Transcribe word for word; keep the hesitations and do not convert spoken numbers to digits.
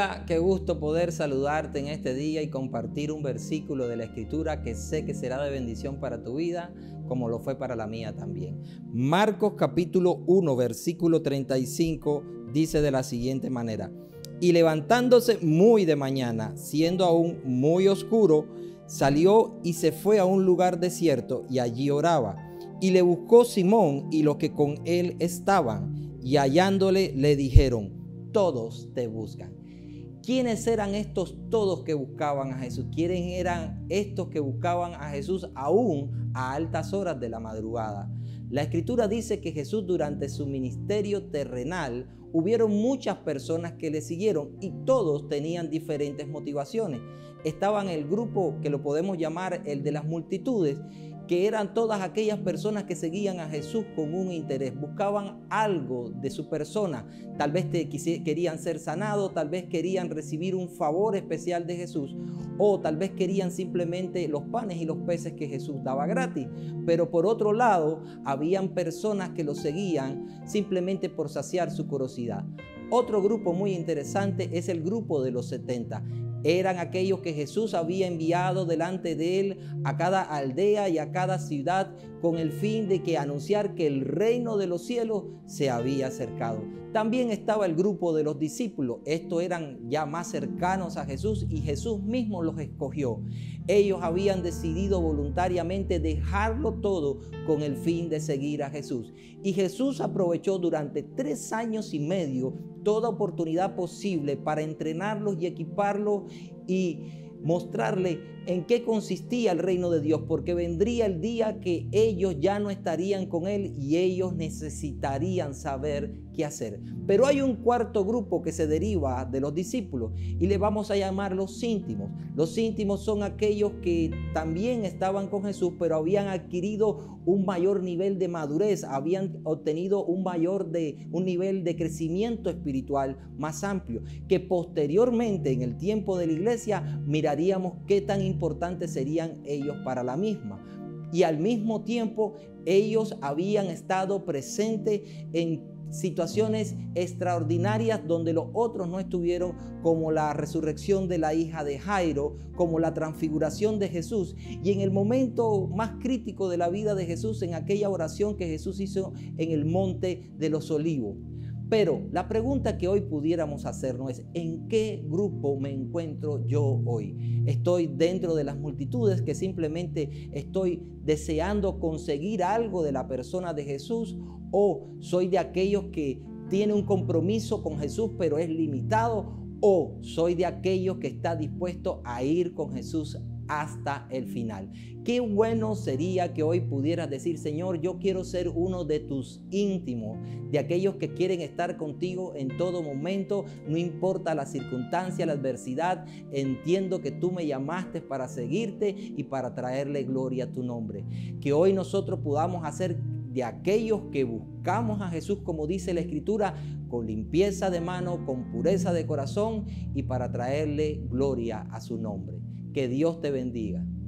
Hola, qué gusto poder saludarte en este día y compartir un versículo de la Escritura que sé que será de bendición para tu vida, como lo fue para la mía también. Marcos capítulo uno, versículo treinta y cinco, dice de la siguiente manera: y levantándose muy de mañana, siendo aún muy oscuro, salió y se fue a un lugar desierto y allí oraba. Y le buscó Simón y los que con él estaban, y hallándole le dijeron: todos te buscan. ¿Quiénes eran estos todos que buscaban a Jesús? ¿Quiénes eran estos que buscaban a Jesús aún a altas horas de la madrugada? La Escritura dice que Jesús, durante su ministerio terrenal, hubieron muchas personas que le siguieron y todos tenían diferentes motivaciones. Estaban el grupo que lo podemos llamar el de las multitudes, que eran todas aquellas personas que seguían a Jesús con un interés, buscaban algo de su persona, tal vez te, querían ser sanados, tal vez querían recibir un favor especial de Jesús, o tal vez querían simplemente los panes y los peces que Jesús daba gratis. Pero por otro lado, habían personas que lo seguían simplemente por saciar su curiosidad. Otro grupo muy interesante es el grupo de los setenta. Eran aquellos que Jesús había enviado delante de él a cada aldea y a cada ciudad con el fin de que anunciar que el reino de los cielos se había acercado. También estaba el grupo de los discípulos. Estos eran ya más cercanos a Jesús y Jesús mismo los escogió. Ellos habían decidido voluntariamente dejarlo todo con el fin de seguir a Jesús. Y Jesús aprovechó durante tres años y medio toda oportunidad posible para entrenarlos y equiparlos y mostrarle en qué consistía el reino de Dios, porque vendría el día que ellos ya no estarían con él y ellos necesitarían saber qué hacer. Pero hay un cuarto grupo que se deriva de los discípulos y le vamos a llamar los íntimos. Los íntimos son aquellos que también estaban con Jesús, pero habían adquirido un mayor nivel de madurez, habían obtenido un mayor de, un nivel de crecimiento espiritual más amplio, que posteriormente en el tiempo de la iglesia miraríamos qué tan importantes serían ellos para la misma. Y al mismo tiempo ellos habían estado presentes en situaciones extraordinarias donde los otros no estuvieron, como la resurrección de la hija de Jairo, como la transfiguración de Jesús, y en el momento más crítico de la vida de Jesús, en aquella oración que Jesús hizo en el monte de los olivos. Pero la pregunta que hoy pudiéramos hacernos es: ¿en qué grupo me encuentro yo hoy? ¿Estoy dentro de las multitudes que simplemente estoy deseando conseguir algo de la persona de Jesús? ¿O soy de aquellos que tienen un compromiso con Jesús pero es limitado? ¿O soy de aquellos que está dispuesto a ir con Jesús hasta el final? Qué bueno sería que hoy pudieras decir: Señor, yo quiero ser uno de tus íntimos, de aquellos que quieren estar contigo en todo momento, no importa la circunstancia, la adversidad. Entiendo que tú me llamaste para seguirte y para traerle gloria a tu nombre. Que hoy nosotros podamos hacer de aquellos que buscamos a Jesús, como dice la Escritura, con limpieza de mano, con pureza de corazón y para traerle gloria a su nombre. Que Dios te bendiga.